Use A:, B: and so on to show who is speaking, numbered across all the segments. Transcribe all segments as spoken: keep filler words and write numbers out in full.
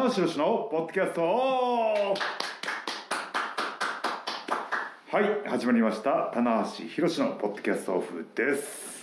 A: 橋宏のポッドキャスト。はい、始まりました棚橋宏のポッドキャストオフです。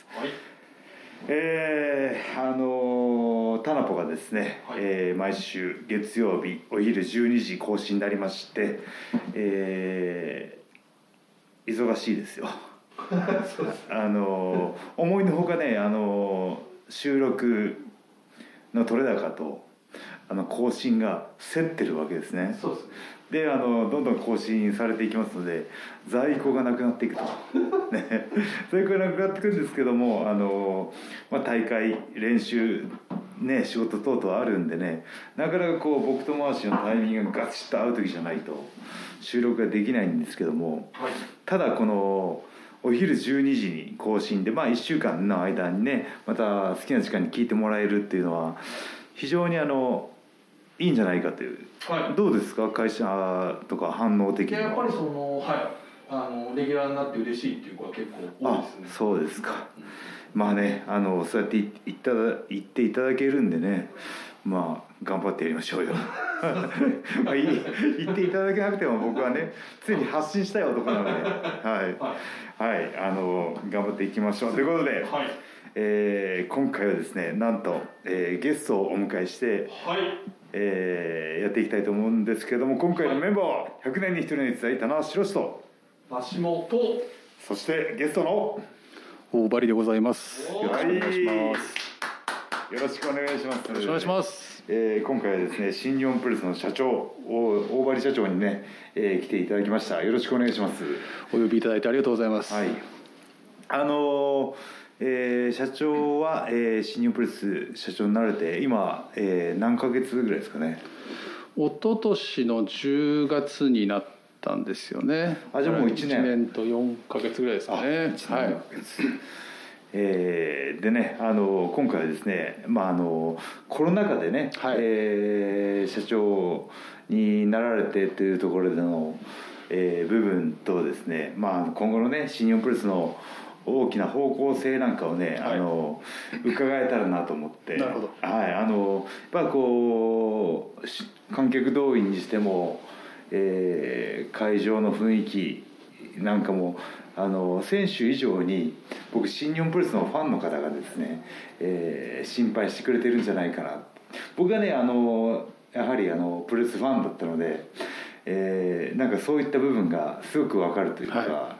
A: はい、えー、あのー、タナポがですね、はい、えー、毎週月曜日お昼じゅうにじ更新になりまして、えー、忙しいですよ。そうです。あのー、思いのほかね、あのー、収録の取れ高とあの更新が競ってるわけですね。
B: そうです。
A: で、あのどんどん更新されていきますので、在庫がなくなっていくと、ね、在庫がなくなっていくんですけども、あの、まあ、大会練習ね、仕事等々あるんでね、なかなかこう僕と回しのタイミングがガチッと合う時じゃないと収録ができないんですけども、はい、ただこのお昼じゅうにじに更新で、まあ、いっしゅうかんの間にね、また好きな時間に聞いてもらえるっていうのは非常にあのいいんじゃないかという、はい、どうですか、会社とか反応的には。
B: やっぱりその、はい、あのレギュラーになって嬉しいっていう子は結構多いですね。
A: あ、そうですか、うん、まあね、あのそうやって言った言っていただけるんでね、まあ頑張ってやりましょうよ。まあ、言っていただけなくても僕はね常に発信したい男なので、はいはい、はい、あの頑張っていきましょうということで、はい、えー、今回はですね、なんと、えー、ゲストをお迎えして、はい、えー、やっていきたいと思うんですけども、今回のメンバーはひゃくねんにひとりに伝え棚橋宏と
B: 橋本、
A: そしてゲストの
C: 大張でございます。よろしくお願いします。
A: よろしくお願いします。
C: よろしくお願いします。
A: えー、今回はですね、新日本プロレスの社長、大張社長にね、えー、来ていただきました。よろしくお願いします。
C: お呼びいただいてありがとうございます。
A: はい、あのーえー、社長は、えー、新日本プロレス社長になられて今、えー、何ヶ月ぐらいですかね。
C: 一昨年のじゅうがつになったんですよね。
A: あ、じゃあもういちねん。
C: いちねんとよんかげつぐらいですかね。
A: いちねんよんかげつ、はい、えー、でね、あの今回はですね、まあ、あのコロナ禍でね、はい、えー、社長になられてというところでの、えー、部分とですね、まあ、今後のね新日本プロレスの大きな方向性なんかをね、はい、あの伺えたらなと思って。
C: なるほど。
A: はい、あのやっぱこう観客動員にしても、えー、会場の雰囲気なんかもあの選手以上に僕新日本プロレスのファンの方がですね、えー、心配してくれてるんじゃないかな。僕はね、あのやはりあのプロレスファンだったので、えー、なんかそういった部分がすごく分かるというか、はい、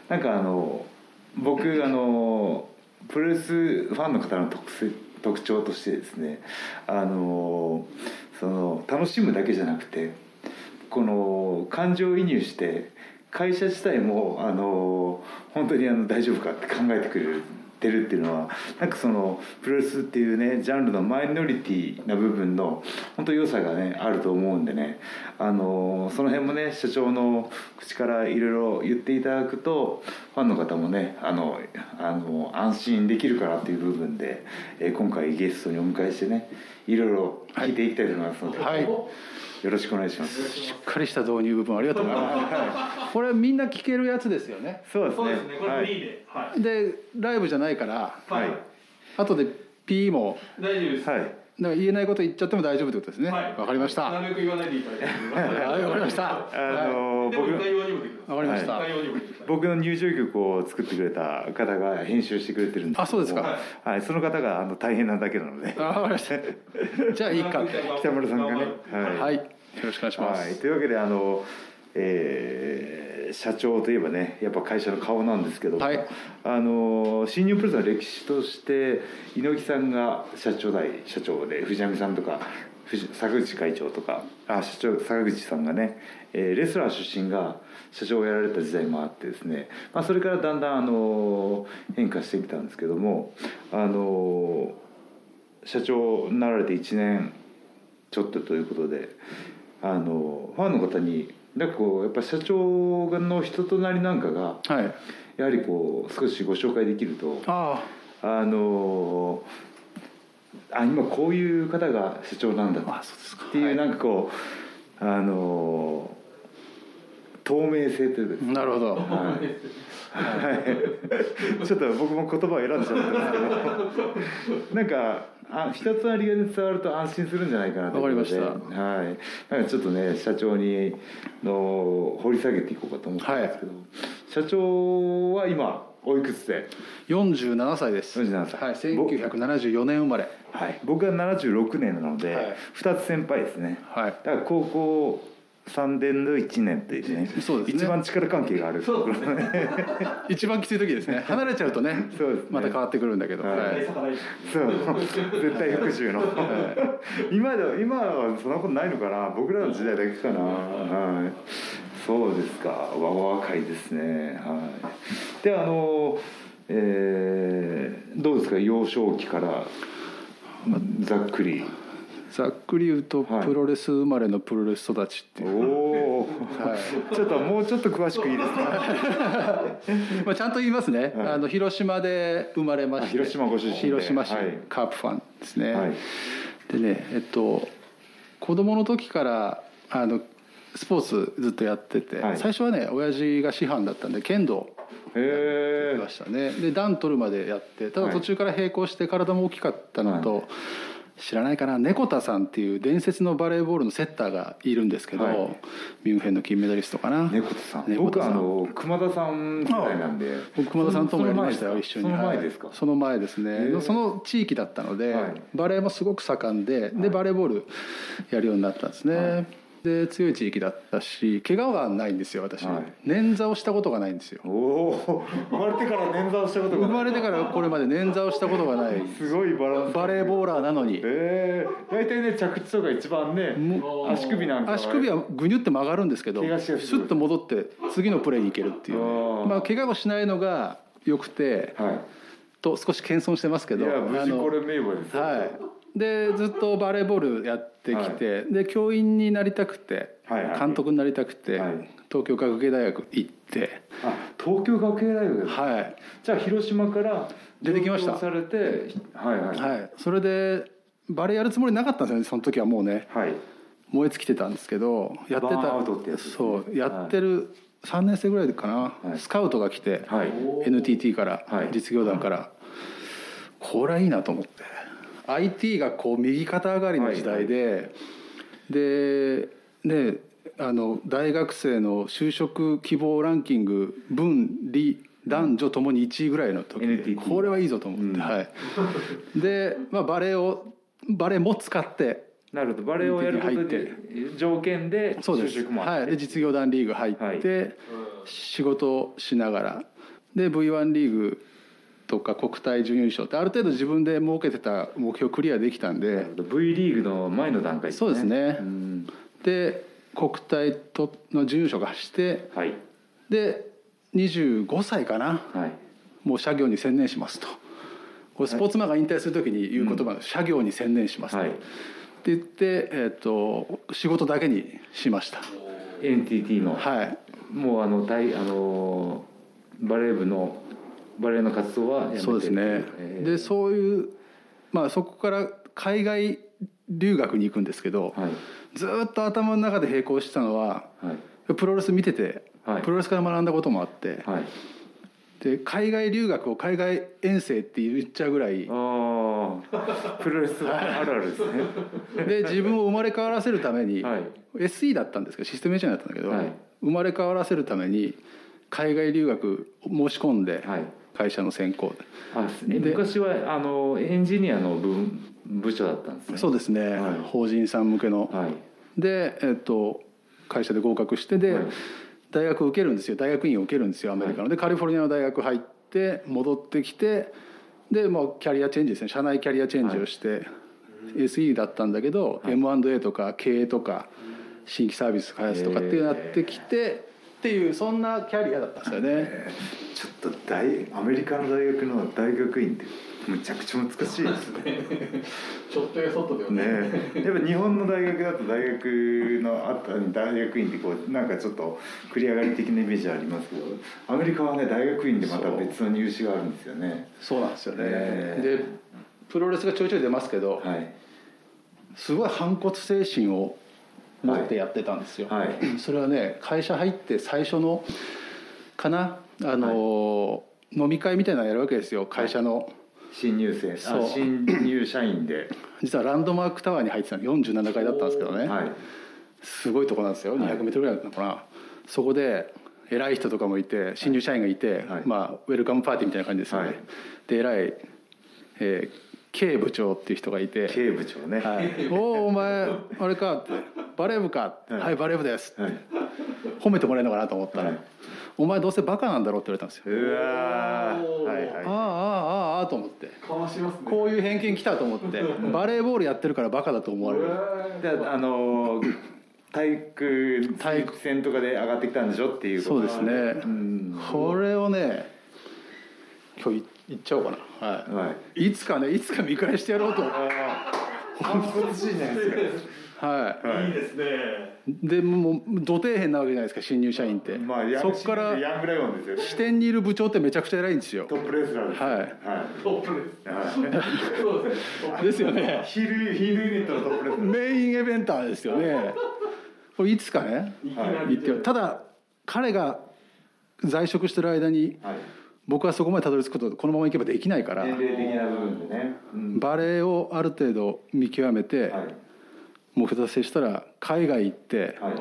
A: なんかあの僕あのプロレスファンの方の 特, 特徴としてですね、あのその楽しむだけじゃなくてこの感情移入して会社自体もあの本当にあの大丈夫かって考えてくれてるっていうのは、なんかそのプロレスっていうねジャンルのマイノリティな部分の本当良さがねあると思うんでね、あのその辺もね社長の口からいろいろ言っていただくとファンの方もねあのあの安心できるからっていう部分で、えー、今回ゲストにお迎えしてねいろいろ聞いていきたいと思いますので、はい、よろしくお願いします。
C: しっかりした導入部分ありがとうございます。これみんな聞けるやつですよね。
A: そうですね。
B: そうですね。これフリーで。はい。
C: でライブじゃないから、
A: はい。
C: 後で P も
B: 大丈夫です。
A: はい。
C: だから言えないこと言っちゃっても大丈夫ってことですね。はい。わかりました。
B: なるべく言わないでいただいて。
C: はい、わかりました。
A: あの
B: 僕の対応にもできます。
C: わかりました。
A: 僕の入場曲を作ってくれた方が編集してくれてるんですけど。
C: あ、そうですか。
A: はい。その方があの大変なだけなので。
C: あ、わかりました。じゃあいいか。
A: 北村さんがね。
C: はい。はい。よろしくお願いします。
A: はい。というわけであの。えー、社長といえばねやっぱ会社の顔なんですけど、はい、あの新日本プロレスの歴史として猪木さんが社長代社長で藤波さんとか坂口会長とかあ社長坂口さんがね、えー、レスラー出身が社長をやられた時代もあってですね、まあ、それからだんだんあの変化してきたんですけども、あの社長になられていちねんちょっとということで、あのファンの方になんかこうやっぱ社長の人となりなんかが、はい、やはりこう少しご紹介できると、ああのあ今こういう方が社長なんだっていう、なんかこうあの透明性というか、
C: なるほど、
A: はい、 はいちょっと僕も言葉を選んじゃったんですけどなんかあ人となりが伝わると安心するんじゃないかなと思って。
C: わかりました。
A: はい、なんかちょっとね社長にの掘り下げていこうかと思ったんですけど、はい、社長は今おいくつで？
C: よんじゅうななさいです。
A: よんじゅうななさい、
C: はい、せんきゅうひゃくななじゅうよねん生まれ。
A: はい、僕はななじゅうろくねんなので、はい、ふたつ先輩ですね。はい、だから高校さんねんのいちねんというね、そうですね、一番力関係があるところね
C: 一番きつい時ですね。離れちゃうとね、そうですね、また変わってくるんだけど、はいはい、
A: そう絶対復讐の、はい、今では今はそんなことないのかな、僕らの時代だけかな、はい、そうですか、わ若いですね。はい、であの、えー、どうですか、幼少期からざっくり
C: ざっくり言うと、プロレス生まれのプロレス育ちっていう、
A: おお、はい、ちょっともうちょっと詳しくいいですか
C: まあちゃんと言いますね、はい、あの広島で生まれまして、
A: 広島ご出身で、
C: 広島市、はい、カープファンですね、はい、でね、えっと子供の時からあのスポーツずっとやってて、はい、最初はね親父が師範だったんで剣道やってましたね。で段取るまでやって、ただ途中から並行して体も大きかったのと、はい、知らないかな、猫田さんっていう伝説のバレーボールのセッターがいるんですけど、はい、ミュンヘンの金メダリストかな。
A: 猫田さん、僕あの熊田さん世代なんで、
C: 僕熊田さんともやりましたよ、一緒に。
A: その前ですか？
C: その前ですね。その地域だったので、はい、バレーもすごく盛んで、でバレーボールやるようになったんですね。はい、で強い地域だったし、怪我はないんですよ私、はい、捻挫をしたことがないんですよ。
A: おお、生まれてから捻挫をしたことがない。
C: 生まれてからこれまで捻挫をしたことがない
A: すごいバランス、
C: バレーボーラーなのに。え
A: えー、大体ね着地とか一番ね、足首なんか
C: 足首はぐにゅって曲がるんですけど、スッと戻って次のプレーに行けるっていう、ね、まあ怪我をしないのがよくて、はい、と少し謙遜してますけど、
A: いや無事これ名簿ですよ。
C: はい、でずっとバレーボールやってきて、はい、で教員になりたくて、はいはい、監督になりたくて、はい、東京学芸大学行って。
A: あ、東京学芸大学ですか。
C: はい、
A: じゃあ広島から
C: 出てきました。
A: されて、はいはい
C: はい、それでバレーやるつもりなかったんですよね、その時は。もうね、はい、燃え尽きてたんですけど、やってた、
A: バーンアウトってやつですね、
C: そうやってるさんねん生ぐらいかな、はい、スカウトが来て、はい、エヌティーティー から、はい、実業団から、はい、これはいいなと思って。アイティー がこう右肩上がりの時代で、はいはい、でね、あの大学生の就職希望ランキング文理男女ともにいちいぐらいの時で、これはいいぞと思って、うん、はい、で、まあ、バレエをバレエも使って、
A: なるほど、バレエをやることで条件で就職もあって、
C: はい、で実業団リーグ入って、はい、仕事をしながらで ブイワン リーグとか国体準優勝ってある程度自分で設けてた目標クリアできたんで、
A: V リーグの前の段階ですね。
C: そうですね、うん、で国体との準優勝がして、はい、でにじゅうごさいかな、はい、もう社業に専念しますと。これスポーツマンが引退する時に言う言葉が、はい、社業に専念しますと、はい、って言って、えー、と仕事だけにしました。
A: エヌティーティー の、
C: はい、
A: もうあの大あのバレー部のバレエの活動はやめて。
C: そうですね、えー、でそういう、まあ、そこから海外留学に行くんですけど、はい、ずっと頭の中で並行してたのは、はい、プロレス見てて、はい、プロレスから学んだこともあって、はい、で海外留学を海外遠征って言っちゃうぐらい、
A: あプロレスあるあるですね
C: で自分を生まれ変わらせるために、はい、エスイー だったんですけど、システムエンジニアだったんだけど、はい、生まれ変わらせるために海外留学申し込んで、はい、会社の選考
A: あで昔はあのエンジニアの 部, 部署だったんですね。
C: そうですね、はい、法人さん向けの、はい、で、えっと、会社で合格してで、はい、大学を受けるんですよ。大学院を受けるんですよ、アメリカの。はい、でカリフォルニアの大学入って戻ってきて、でもうキャリアチェンジですね、社内キャリアチェンジをして、はい、エスイー だったんだけど、はい、エムアンドエー とか経営とか新規サービス開発とかっていうのやってきてっていう、そんなキャリアだったんですよね。え
A: ー、ちょっと大アメリカの大学の大学院ってむちゃくちゃ難しいですね
B: ちょっとやそっとではね。
A: やっぱ日本の大学だと大学のあった大学院ってこうなんかちょっと繰り上がり的なイメージありますけど、アメリカはね大学院でまた別の入試があるんですよね。
C: そうなんですよね、えー、でプロレスがちょいちょい出ますけど、はい、すごい反骨精神を持ってやってたんですよ、はいはい、それはね会社入って最初のかなあの、はい、飲み会みたいなのやるわけですよ会社の、はい、
A: 新入生あ新入社員で
C: 実はランドマークタワーに入ってたのよんじゅうななかいだったんですけどね、はい、すごいとこなんですよ、にひゃくメートルぐらいだったのかな。そこで偉い人とかもいて新入社員がいて、はい、まあ、ウェルカムパーティーみたいな感じですよね、はい、で偉い、えー、K 部長っていう人がいて
A: K 部長ね、
C: はい、おおお前あれかってバレー部か、はい、はい、バレー部です、はい、褒めてもらえるのかなと思ったら、はい、お前どうせバカなんだろうって言われたんですよ。
A: うわ、はいはい、
C: ああああああと思ってかわします、ね、こういう偏見きたと思ってバレーボールやってるからバカだと思われる。
A: であのー体育体育戦とかで上がってきたんでしょっていうこと。
C: そうですね、うん、これをね今日言っちゃおうかな、はい、はい、いつかねいつか見返してやろうと。
A: 反骨心じゃないですか。
C: はい、
B: はい、いいですね。
C: でもうど底辺なわけじゃないですか新入社員って、
A: まあ、
C: そこから
A: ヤングライオンですよ、ね、
C: 支店にいる部長ってめちゃくちゃ偉いんですよ。
A: トップレスラーです、
C: はい、はい、
B: トップレスラー、はい、
C: ですよね。
A: ヒールヒールユニットのトップレスラ
C: ーメインイベンターですよね。これいつかね、はい、言ってただ彼が在職してる間に、はい、僕はそこまでたどり着くことこのままいけばできないから、
A: 年齢的な部分でね、
C: うん、バレエをある程度見極めて、はい、目標達成したら海外行って、はい、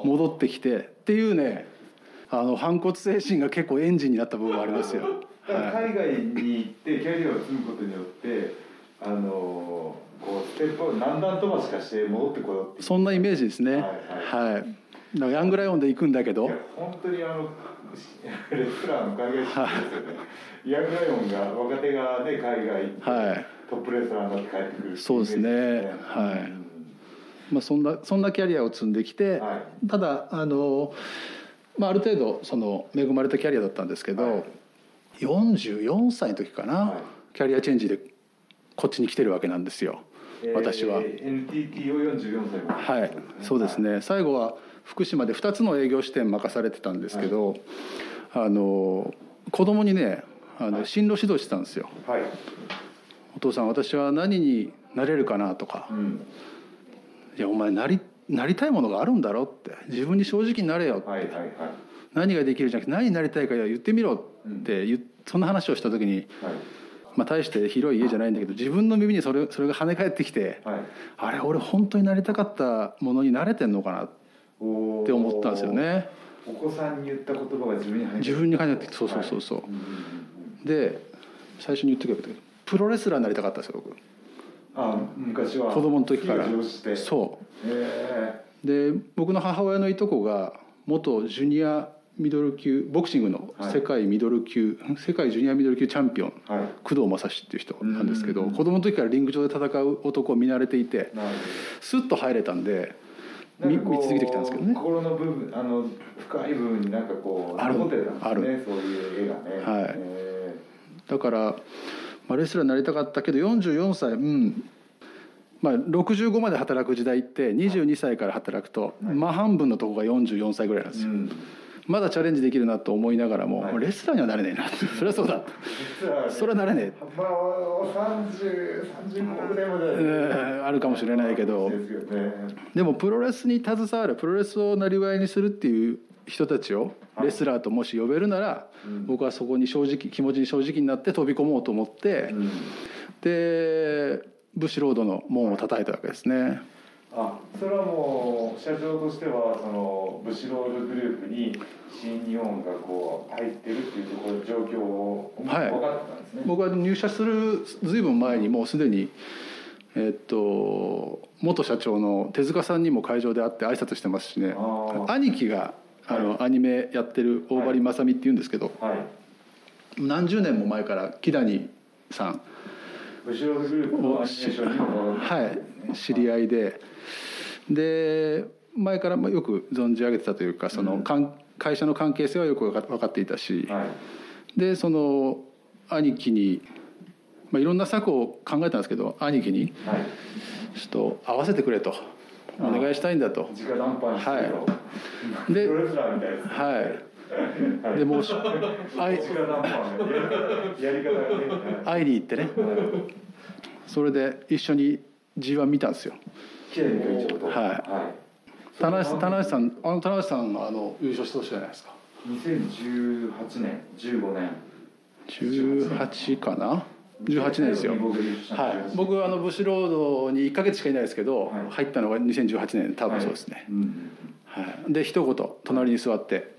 C: 戻ってきてっていうね、あの反骨精神が結構エンジンになった部分がありますよ。
A: はい、海外に行ってキャリアを積むことによってあのこうステップを何段飛ばしかして戻ってこようっていう、
C: そんなイメージですね。はい、はいはい、だからヤングライオンで行くんだけど、
A: 本当にあのレスラーの海外出身ですよね、はい、ヤングライオンが若手がね海外行って、はい、トップレスラーになって帰ってくる、ね、
C: そうですね、はい、うん、まあ、そんなそんなキャリアを積んできて、はい、ただあの、まあ、ある程度その恵まれたキャリアだったんですけど、はい、よんじゅうよんさいの時かな、はい、キャリアチェンジでこっちに来てるわけなんですよ、私は。
A: えー、エヌティーティー をよんじゅうよんさいまで、
C: はい、そうですね、はい、最後は福島でふたつの営業支店任されてたんですけど、はい、あの子供にねあの進路指導してたんですよ、はい、お父さん私は何になれるかなとか、うん、いやお前なり、なりたいものがあるんだろって自分に正直になれよって、はいはいはい、何ができるじゃなくて何になりたいか言ってみろって言、うん、そんな話をした時に、はい、まあ、大して広い家じゃないんだけど自分の耳にそれ、それが跳ね返ってきて、はい、あれ俺本当になりたかったものになれてんのかなって思ったんですよね。
A: お子さんに言った言葉が自分に跳ね返ってきて、
C: 自分に跳ね返ってきて、そうそうそうそう、はい、で最初に言ってくれたけどプロレスラーになりたかったんですよ僕。
A: あ、昔は
C: 子供の時から。そう、
A: へ
C: で僕の母親のいとこが元ジュニアミドル級ボクシングの世界ミドル級、はい、世界ジュニアミドル級チャンピオン、はい、工藤正史っていう人なんですけど、子供の時からリング上で戦う男を見慣れていてスッと入れたんで見続けてきたんですけどね。
A: 心の部分、あの深い部分になんかこう残ってたんですね、あるそういう絵がね、はい、
C: だから、まあ、レスラーになりたかったけどよんじゅうよんさい、うん、まあ、ろくじゅうごまで働く時代ってにじゅうにさいから働くと、はい、まあ半分のとこがよんじゅうよんさいぐらいなんですよ、うん、まだチャレンジできるなと思いながらも、はい、レスラーにはなれねえなそれはそうだ、ね、それはなれねえ、
A: まあ、さんじゅう、さんじゅうごぐらいまで、
C: えー、あるかもしれないけど、
A: ですよね、
C: でもプロレスに携わるプロレスをなりわいにするっていう人たちをレスラーともし呼べるなら、はい、僕はそこに正直気持ちに正直になって飛び込もうと思って、うん、でブシロードの門を叩いたわけですね。
A: あ、それはもう社長としてはそのブシロードグループに新日本がこう入ってるっていうところ状況を分かってたんですね、はい、
C: 僕は入社するずいぶん前にもうすでにえっと元社長の手塚さんにも会場で会って挨拶してますしね、兄貴があの、はい、アニメやってる大張正美っていうんですけど、はい、何十年も前から木谷さん
A: ブシロードグループのアニメーションにも、
C: はい、知り合いで、で前からよく存じ上げてたというかその、うん、会社の関係性はよく分かっていたし、はい、でその兄貴に、まあ、いろんな策を考えたんですけど兄貴に、はい、ちょっと合わせてくれとお願いしたいんだと。
A: 直談判してよ、はい、でプロレスラーみたいですね、
C: はい、でもう会いに行ってね、それで一緒に ジーワン 見たんですよ。はい。田無さん、あの田無さんがあの優勝した年じゃないですか。
A: にせんじゅうはちねんじゅうごねん
C: じゅうはちかなじゅうはちねんですよ。はい、僕はあのブシロードにいっかげつしかいないですけど、はい、入ったのがにせんじゅうはちねん多分そうですね、はいうんはい、で一言隣に座って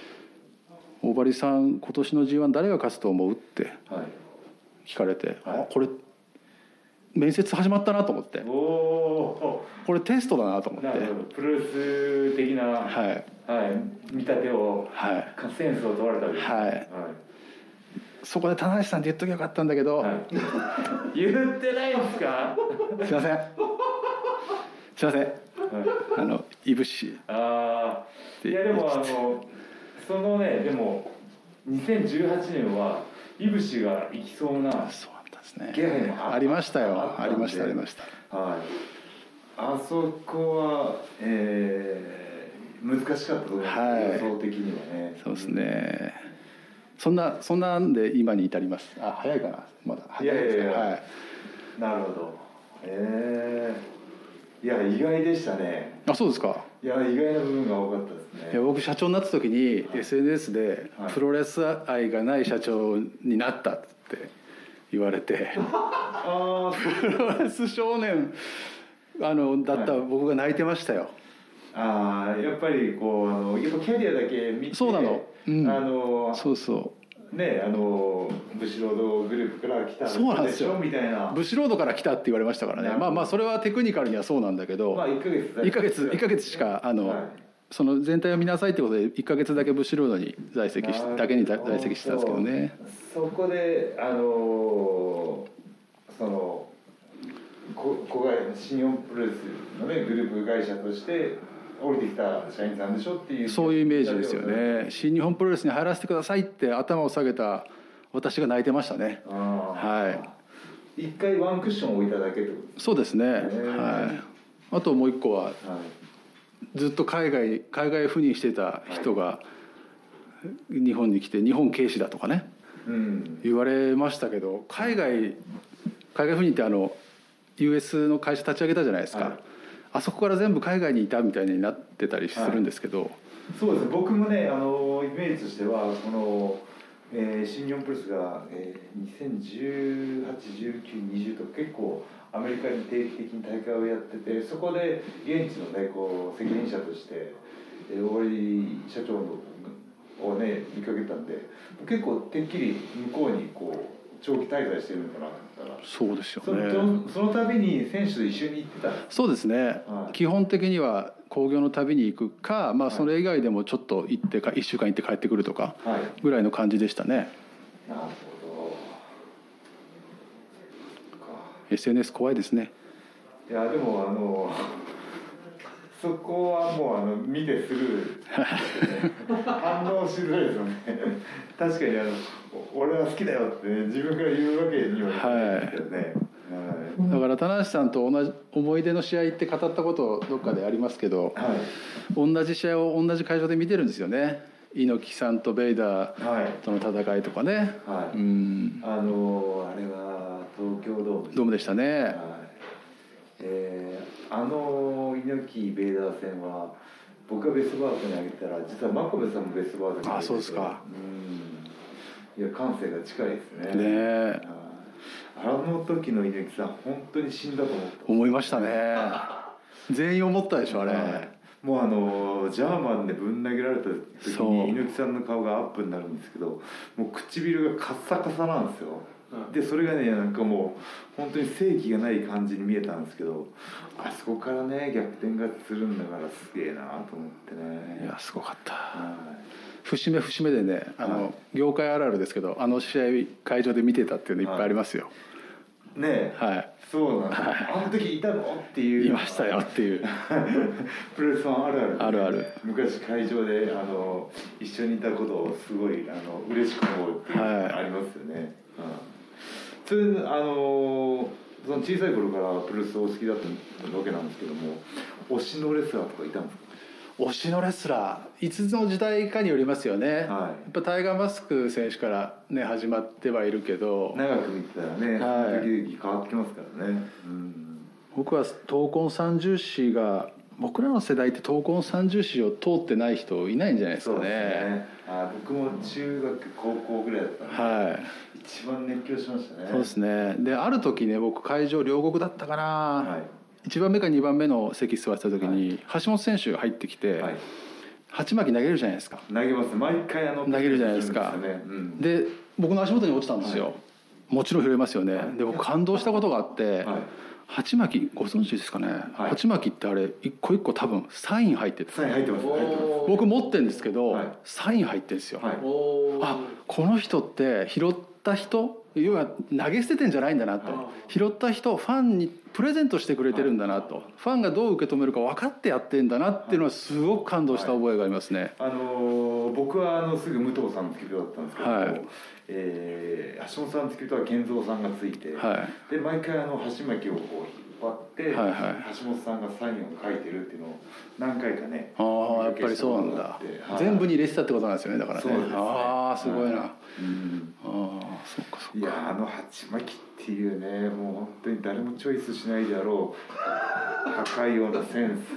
C: 「大張さん今年の ジーワン 誰が勝つと思う?」って聞かれて、はい、あこれ面接始まったなと思っておこれテストだなと思って
A: プロレス的な、はいはい、見立てを、はい、センスを問われたわけです、はいはい
C: そこで棚橋さんって言っときゃよかったんだけど、はい、
A: 言ってないんですか
C: すいませんすいません、はい、あのいぶし
A: ああいやでもあのそのねでもにせんじゅうはちねんはいぶしが行きそうな
C: そうなんですね
A: 気配も あ,
C: ありましたよありましたありました、はい、
A: あそこは、えー、難しかったと思います、はい、予想的にはね
C: そうですねそんなそんなんで今に至ります。あ早いかなまだ早いですか。いやいやいや、はい、
A: なるほど。ええー、いや意外でしたね。
C: あそうですか。
A: いや意外な部分が多かったですね。
C: いや僕社長になった時に、はい、エスエヌエス で、はい、プロレス愛がない社長になったって言われて、あプロレス少年あのだった僕が泣いてましたよ。
A: ああやっぱりこうあのやっぱキャリアだけ見て
C: そうなの、うん、
A: あの
C: そうそう
A: ねあのブシロードグループから来た
C: そうなんですよみたいなブシロードから来たって言われましたからねまあまあそれはテクニカルにはそうなんだけど、まあ、いっかげついっかげついっかげつしかあの、はい、その全体を見なさいってことでいっかげつだけブシロードに在籍しだけに在籍してたんですけどね
A: そこであのその子会新日本プロレスのねグループ会社として降りてきた社員さんでしょっていう
C: そういうイメージですよね新日本プロレスに入らせてくださいって頭を下げた私が泣いてましたねはい
A: 一回ワンクッション置いただけってこと
C: そうですねはいあともう一個は、はい、ずっと海外海外赴任してた人が日本に来て日本軽視だとかね、うん、言われましたけど海外海外赴任ってあのユーエス の会社立ち上げたじゃないですか、はいあそこから全部海外にいたみたいになってたりするんですけど、はい、
A: そうです僕もねあのイメージとしてはこの、えー、新日本プロレスが、えー、にせんじゅうはち、じゅうきゅう、にじゅうと結構アメリカに定期的に大会をやっててそこで現地の、ね、こう責任者として大堀社長のをね見かけたんで結構てっきり向こうにこう長期滞在してるのかなと思ったら
C: そうですよね
A: そ, のその度に選手と一緒に行ってた
C: そうですね、はい、基本的には興行の旅に行くか、まあ、それ以外でもちょっと行ってかいっしゅうかん行って帰ってくるとかぐらいの感じでしたね、はい、なるほど エスエヌエス 怖いですね
A: いやでもあのそこはもうあの見てスルー反応しづらいですよね確かにあの俺は好きだよって、ね、自分から言うわけにはいかないですけどね、はいはい、
C: だから棚橋さんと同じ思い出の試合って語ったことどっかでありますけど、はい、同じ試合を同じ会場で見てるんですよね猪木さんとベイダーとの戦いとかね、はい、うん
A: あのあれは東京ドーム
C: ドームでしたね、はい
A: えー、あの猪木ベイダー戦は僕がベストバウトに上げたら実は真壁さんもベストバウトに上げてて
C: あそうですか
A: うんいや感性が近いですねね
C: え
A: あの時の猪木さん本当に死んだと思った
C: 思いましたね全員思ったでしょあれ、はい、
A: もうあのジャーマンでぶん投げられた時に猪木さんの顔がアップになるんですけどもう唇がカッサカサなんですよでそれがねなんかもう本当に正気がない感じに見えたんですけどあそこからね逆転がするんだからすげえなと思ってね
C: いやすごかった、はい、節目節目でねあの、はい、業界あるあるですけどあの試合会場で見てたっていうのいっぱいありますよ、
A: はい、ねえ、はい、そうなんです、はい、あの時いたのっていう
C: いましたよっていう
A: プロレスファンあるある、ね、
C: あるある
A: 昔会場であの一緒にいたことをすごいあの嬉しく思うっていうのがありますよね、はいうんそれあのその小さい頃からプロレスお好きだったわけなんですけども推しのレスラーとかいたんですか
C: 推しのレスラーいつの時代かによりますよね、はい、やっぱタイガーマスク選手から、ね、始まってはいるけど
A: 長く見てたらね、はい、時々変わってきますからね、うん、
C: 僕は闘魂三重士が僕らの世代って闘魂三重士を通ってない人いないんじゃないですかね。
A: そうですね。あ、僕も中学高校ぐらいだったんで、はい、一番熱狂しましたね。
C: そうですね。である時ね、僕会場両国だったかな、はい、いちばんめかにばんめの席座ってた時に、はい、橋本選手が入ってきて、はい、鉢巻き投げるじゃないですか。
A: 投げます。毎回あの
C: 投げるじゃないですか。で僕の足元に落ちたんですよ、はい、もちろん拾いますよね、はい、で僕感動したことがあって、はい、鉢巻きご存知ですかね、はい、鉢巻きってあれ一個一個多分サイン入ってて、
A: サイン入ってます。
C: 僕持ってるんですけど、はい、サイン入ってるんですよ、はい、あ、この人って拾った人、要は投げ捨ててんじゃないんだなと、はい、拾った人ファンにプレゼントしてくれてるんだなと、はい、ファンがどう受け止めるか分かってやってんだなっていうのはすごく感動した覚えがありますね、
A: はい、あのー、僕はあのすぐ武藤さんの付き人だったんですけど、はい、えー、橋本さんの付き人は健三さんがついて、はい、で毎回あの箸巻きをこう引っ張って、はいはい、橋本さんがサインを書いてるっていうのを何回かね、
C: ああやっぱりそうなんだ、はい、全部に入れてたってことなんですよね、だからね。
A: そうですね。
C: ああすごいな、はい、
A: うん、ああそっかそっか。いや、あの鉢巻きっていうね、もう本当に誰もチョイスしないであろう高いようなセンス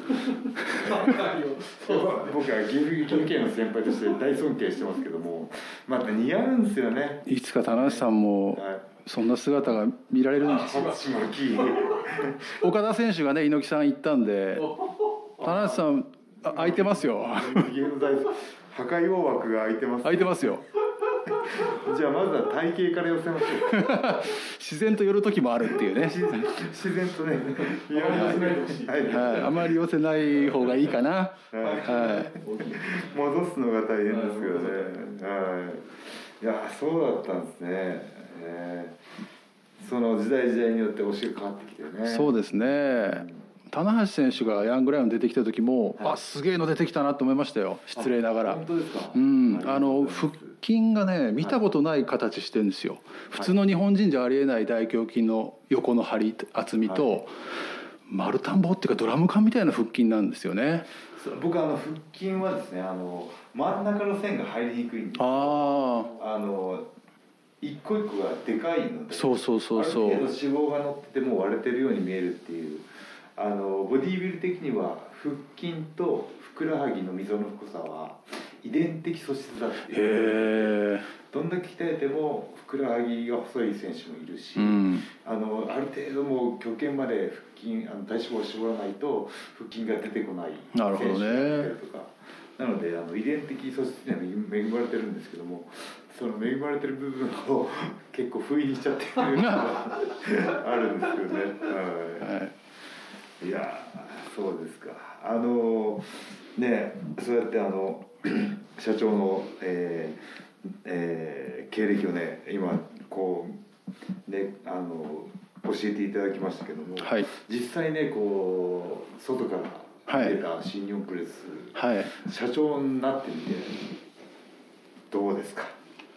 A: 僕は岐阜岐阜県の先輩として大尊敬してますけども、また似合うんですよね。
C: いつか田中さんも、はい、そんな姿が見られるんですよ。岡田選手がね、猪木さん行ったんで、田中さん空いてますよ。
A: 破壊大枠が空いてます。
C: 空いてますよ。
A: じゃあまずは体型から寄せましょう。
C: 自然と寄る時もあるっていうね。
A: 自然、自然とね。いや、
C: はい、あまり寄せない方がいいかな。はい。は
A: い、戻すのが大変ですけどね。はい。いや、そうだったんですね。えー、その時代時代によって教えが変わってきてね。
C: そうですね。うん棚橋選手がヤングライオン出てきた時も、はい、あすげえの出てきたなと思いましたよ、失礼ながら。
A: 本当ですか。
C: うん、あの腹筋がね見たことない形してるんですよ、はい、普通の日本人じゃありえない大胸筋の横の張り厚みと、はい、丸太ん棒っていうかドラム缶みたいな腹筋なんですよね。
A: 僕あの腹筋はですね、あの真ん中の線が入りにくいんですよ。ああの一個一個がでかいので、
C: そうそうそうそう、
A: ある程度脂肪が乗ってても割れてるように見えるっていう、あのボディービル的には腹筋とふくらはぎの溝の深さは遺伝的素質だっていう。へどんだけ鍛えてもふくらはぎが細い選手もいるし、うん、あのある程度もう極限まで腹筋あの体脂肪を絞らないと腹筋が出てこない選手がいたりとか。なのであの遺伝的素質には恵まれてるんですけども、その恵まれてる部分を結構不意にしちゃってるのがあるんですよね。はい、はい、いやそうですか。あのね、そうやってあの社長の、えーえー、経歴をね今こうねあの教えていただきましたけども、はい、実際ねこう外から出た新日本プロレス、はい、社長になってみてどうですか。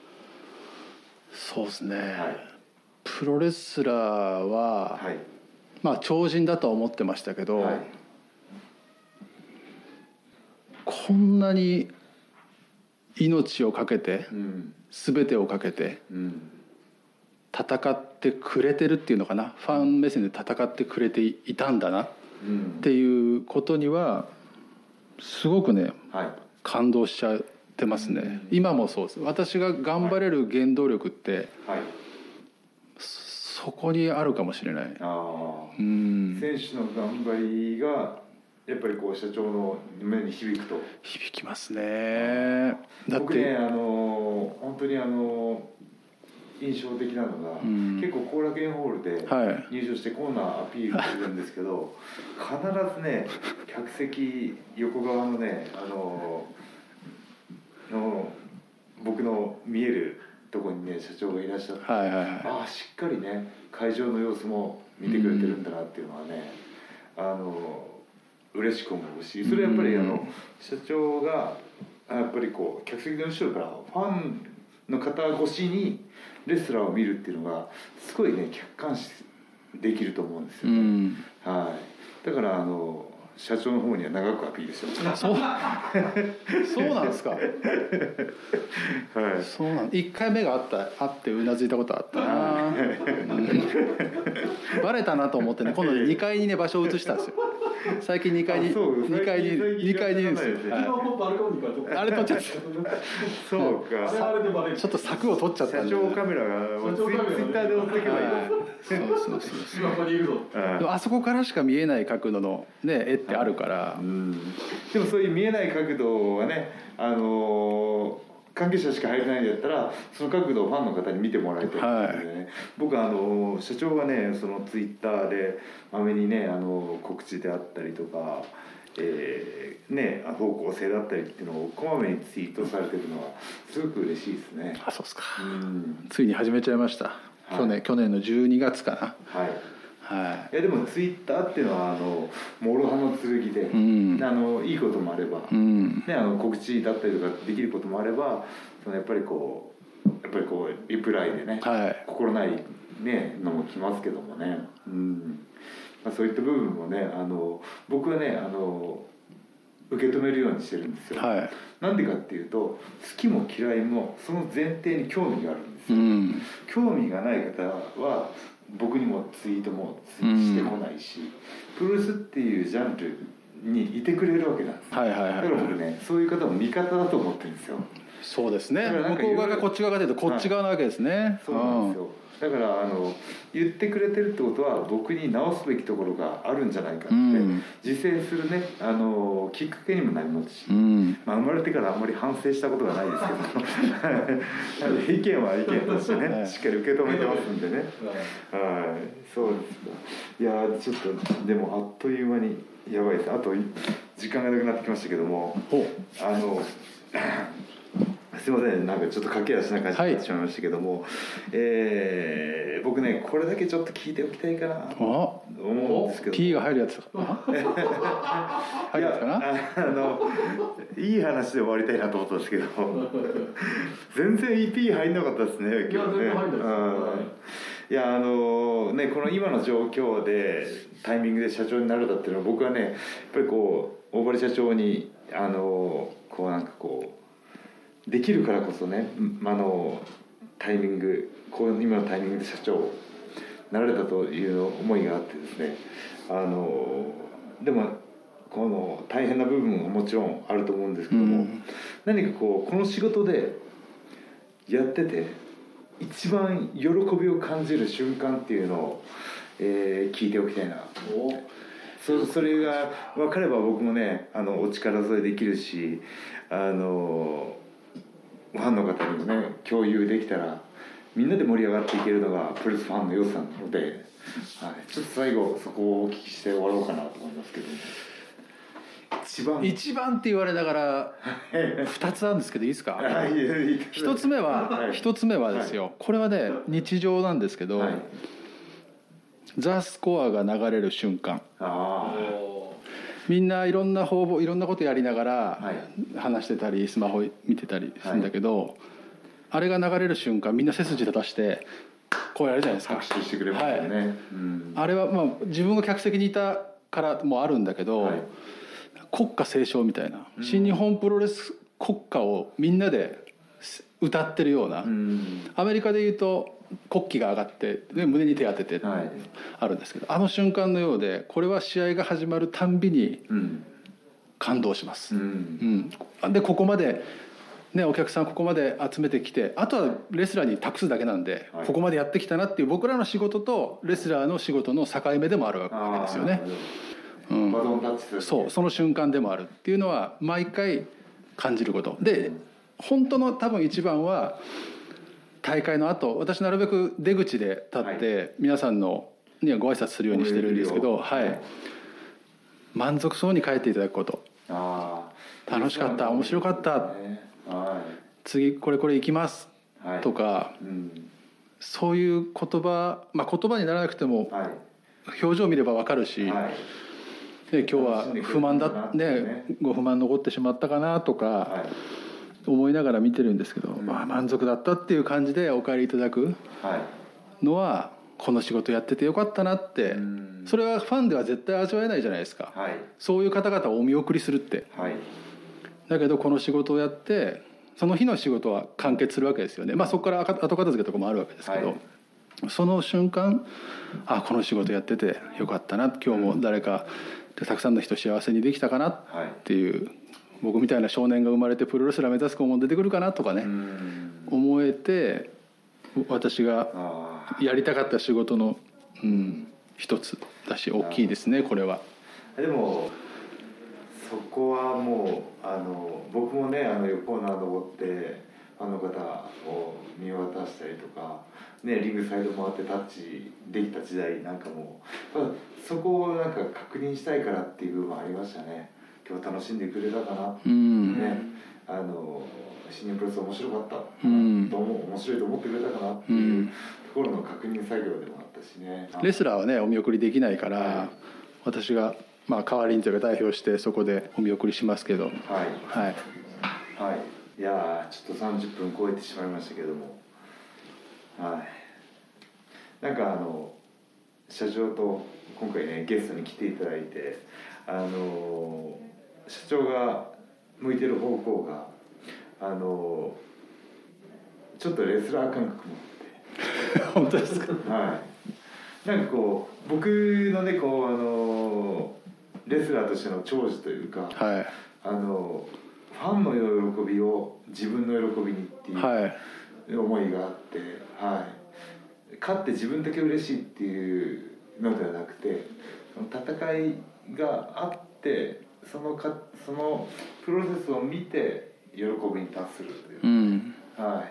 C: そうですね、はい、プロレスラーは、はい、まあ超人だとは思ってましたけど、はい、こんなに命をかけて、うん、全てをかけて、うん、戦ってくれてるっていうのかな、ファン目線で戦ってくれていたんだなっていうことにはすごくね、はい、感動しちゃってますね、うん、今もそうです。私が頑張れる原動力って、はい、そこにあるかもしれない。あ、
A: うん、選手の頑張りがやっぱりこう社長の目に響くと。
C: 響きますね。
A: だって僕ね、あの本当にあの印象的なのが、うん、結構後楽園ホールで入場してコーナーアピールするんですけど、はい、必ずね客席横側のねあのの僕の見えるところにね社長がいらっしゃって、はいはいはい、ああしっかりね会場の様子も見てくれてるんだなっていうのはね、うん、あの嬉しく思うし、それはやっぱりあの社長がやっぱりこう客席の後ろからファンの方越しにレスラーを見るっていうのがすごいね客観視できると思うんですよね、うん、はい、だからあの社長の方には長くアピールしてます。
C: そうそうなんですか。はい。そうなん。一回目があったあってうなずいたことあったな。うん、バレたなと思ってね、今度ねにかいにね場所を移したんですよ。 最近にかいににかいににかいにいるんですよ。あれ撮っちゃった。
A: そうか。
C: ちょっと柵を取っちゃったんで。
A: 社長カメラがツイッターで追っていけばいい。
C: そうそうそうそう。あそこからしか見えない角度のね絵ってあるから。
A: でもそういう見えない角度はね、あの関係者しか入れないんだったらその角度をファンの方に見てもらいたいということでね、はい、僕あの社長がねそのツイッターでまめにねあの告知であったりとか、えー、ね方向性だったりっていうのをこまめにツイートされてるのはすごく嬉しいですね。
C: あ、そうですか。うんついに始めちゃいました、はい、去年去年のじゅうにがつかな。はい
A: はい、いやでもツイッターっていうのはあの諸刃の剣で、うん、あのいいこともあれば、うんね、あの告知だったりとかできることもあればそのやっぱりこうやっぱりこうリプライでね、はい、心ない、ね、のも来ますけどもね、うんまあ、そういった部分もねあの僕はねあの受け止めるようにしてるんですよ、はい、なんでかっていうと好きも嫌いもその前提に興味があるんですよ、うん、興味がない方は僕にもツイートもしてこないし、うん、プロレスっていうジャンルにいてくれるわけなんです、はいはいはい、だから僕ねそういう方も味方だと思ってるんですよ。
C: そうですね。向こう側がこっち側が出るとこっち側なわけですね、はい、
A: そうなんですよ。だからあの言ってくれてるってことは僕に直すべきところがあるんじゃないかって、うん、自制するねあのきっかけにもなりますし、うんまあ、生まれてからあんまり反省したことがないですけど意見は意見としてねしっかり受け止めてますんでね、はい、そうですいやちょっとでもあっという間にやばいです。あと時間がなくなってきましたけどもあのすいませんなんかちょっと駆け足な感じになってしまいましたけども、はいえー、僕ねこれだけちょっと聞いておきたいかなと思うんですけど
C: P が入るやつ入るやつかな。
A: あのいい話で終わりたいなと思ったんですけど全然 イーピー 入んなかったですね今日ね。いやあのねこの今の状況でタイミングで社長になるだっていうのは僕はねやっぱりこう大堀社長にあのこうなんかこうできるからこそねあのタイミングこう今のタイミングで社長になられたという思いがあってですねあのでもこの大変な部分ももちろんあると思うんですけども、うん、何かこうこの仕事でやってて一番喜びを感じる瞬間っていうのを、えー、聞いておきたいな。そ, それが分かれば僕もねあのお力添えできるしあのファンの方にもね共有できたらみんなで盛り上がっていけるのがプロレスファンの良さなので、はい、ちょっと最後そこをお聞きして終わろうかなと思いますけど、ね、
C: 一番一番って言われながらふたつあるんですけどいいですか。ひとつめは一つ目はですよ、はい、これはね日常なんですけど、はい、ザ・スコアが流れる瞬間。あみんないろんな方々いろんなことやりながら話してたりスマホ見てたりするんだけど、はい、あれが流れる瞬間みんな背筋立たしてこうやるじゃないですか。
A: 拍手してくれますよね、はいうん、
C: あれはまあ自分が客席にいたからもあるんだけど、はい、国歌斉唱みたいな、うん、新日本プロレス国歌をみんなで歌ってるような、うん、アメリカでいうと国旗が上がってで胸に手当ててあるんですけど、はい、あの瞬間のようでこれは試合が始まるたんびに感動します、うんうん、でここまで、ね、お客さんここまで集めてきてあとはレスラーに託すだけなんで、はい、ここまでやってきたなっていう僕らの仕事とレスラーの仕事の境目でもあるわけですよね。うん、バトンタッチするそうその瞬間でもあるっていうのは毎回感じることで、本当の多分一番は大会の後私なるべく出口で立って皆さんのにはご挨拶するようにしてるんですけど、はい、満足そうに帰っていただくこと。あ楽しかった面白かった、はい、次これこれ行きます、はい、とか、うん、そういう言葉、まあ、言葉にならなくても、はい、表情を見れば分かるし、はい、で今日は不満だねご不満残ってしまったかなとか、はい思いながら見てるんですけど、うんまあ、満足だったっていう感じでお帰りいただくのはこの仕事やっててよかったなって、うん、それはファンでは絶対味わえないじゃないですか、はい、そういう方々をお見送りするって、はい、だけどこの仕事をやってその日の仕事は完結するわけですよね、まあ、そこから後片付けとかもあるわけですけど、はい、その瞬間あこの仕事やっててよかったな今日も誰かでたくさんの人幸せにできたかなっていう、はい、僕みたいな少年が生まれてプロレスラー目指す子も出てくるかなとかね思えて、私がやりたかった仕事の、うん、一つだし大きいですねこれは。
A: でもそこはもうあの僕もねあの横綱登ってファンの方を見渡したりとか、ね、リングサイド回ってタッチできた時代なんかもそこをなんか確認したいからっていう部分ありましたね。今日楽しんでくれたかな、うんね、あの新日本プロレス面白かったかな、うん、と思う面白いと思ってくれたかなっていうところの確認作業でもあったしね。
C: レスラーはねお見送りできないから、はい、私がまあ代わりにというか代表してそこでお見送りしますけど、はい
A: はい、はい、いやちょっとさんじゅっぷん超えてしまいましたけども、はい、なんかあの社長と今回ねゲストに来ていただいて、あの社長が向いてる方向があのちょっとレスラー感覚もあって
C: 本当ですか？
A: はい、なんかこう僕のねこうあのレスラーとしての長寿というか、はい、あのファンの喜びを自分の喜びにっていう思いがあって、はい、勝って自分だけ嬉しいっていうのではなくて、戦いがあってそのかそのプロセスを見て喜びに達するという、うん、はい、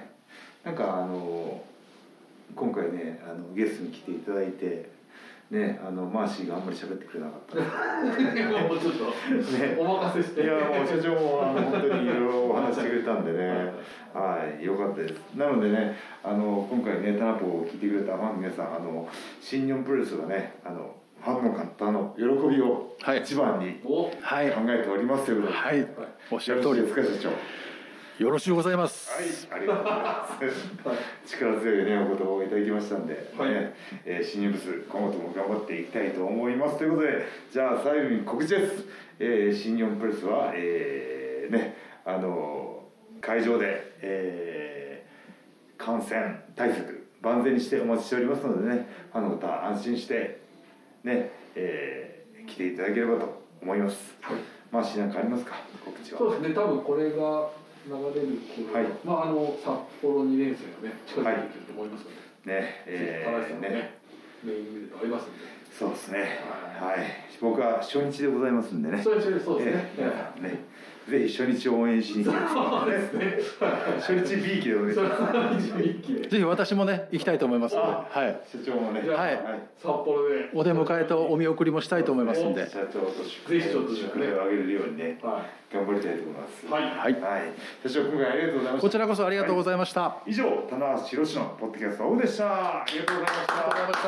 A: なんかあの今回ねあのゲストに来ていただいてね、あのマーシーがあんまり喋ってくれなかった
B: もうちょっと、ね、お任せして。
A: いやもう社長もあの本当にいろいろお話してくれたんでねはい良かったです。なのでねあの今回ねタナポを聞いてくれたファンの皆さん、あの新日本プロレスがねあのファンの方の喜びを一番に考えておりますということで、はい、はい、
C: おっしゃる通りですか社長。よろしゅうございます。
A: はい、ありがとうございます。力強いねお言葉をいただきましたんで、はい、ね、えー、新日本プロレス今後とも頑張っていきたいと思いますということで、じゃあ最後に告知です。えー、新日本プロレスは、えー、ねあの会場で、えー、感染対策万全にしてお待ちしておりますのでね、ファンの方は安心してね、えー、来ていただければと思います。はい、マーシーなんかありますか告知は？
B: そうですね、多分これが流れる頃、はい、まああの札幌にねん生がね近づいていると思いますので、はい、ね、えー、田中さんのね、ねメイン見るとありますんで。
A: そうですね。はい、はい、僕は初日でございますんでね。
B: 初日でそうですね。
A: えー、ね。ぜひ初日応援しに来てください。そうですね。初日 ビー 期でお願いします。
C: ぜひ私もね行きたいと思いますので、はい。
A: 社長もね。
C: はい。
B: 札幌で
C: お出迎えとお見送りもしたいと思いますので。
A: 社長と祝福をあげれるようにね、頑張りたいと思います。はい。はい。社長今回ありがとうございました。
C: こちらこそありがとうございました。
A: 以上、棚橋宏のポッドキャストオフでした。ありがとうございました。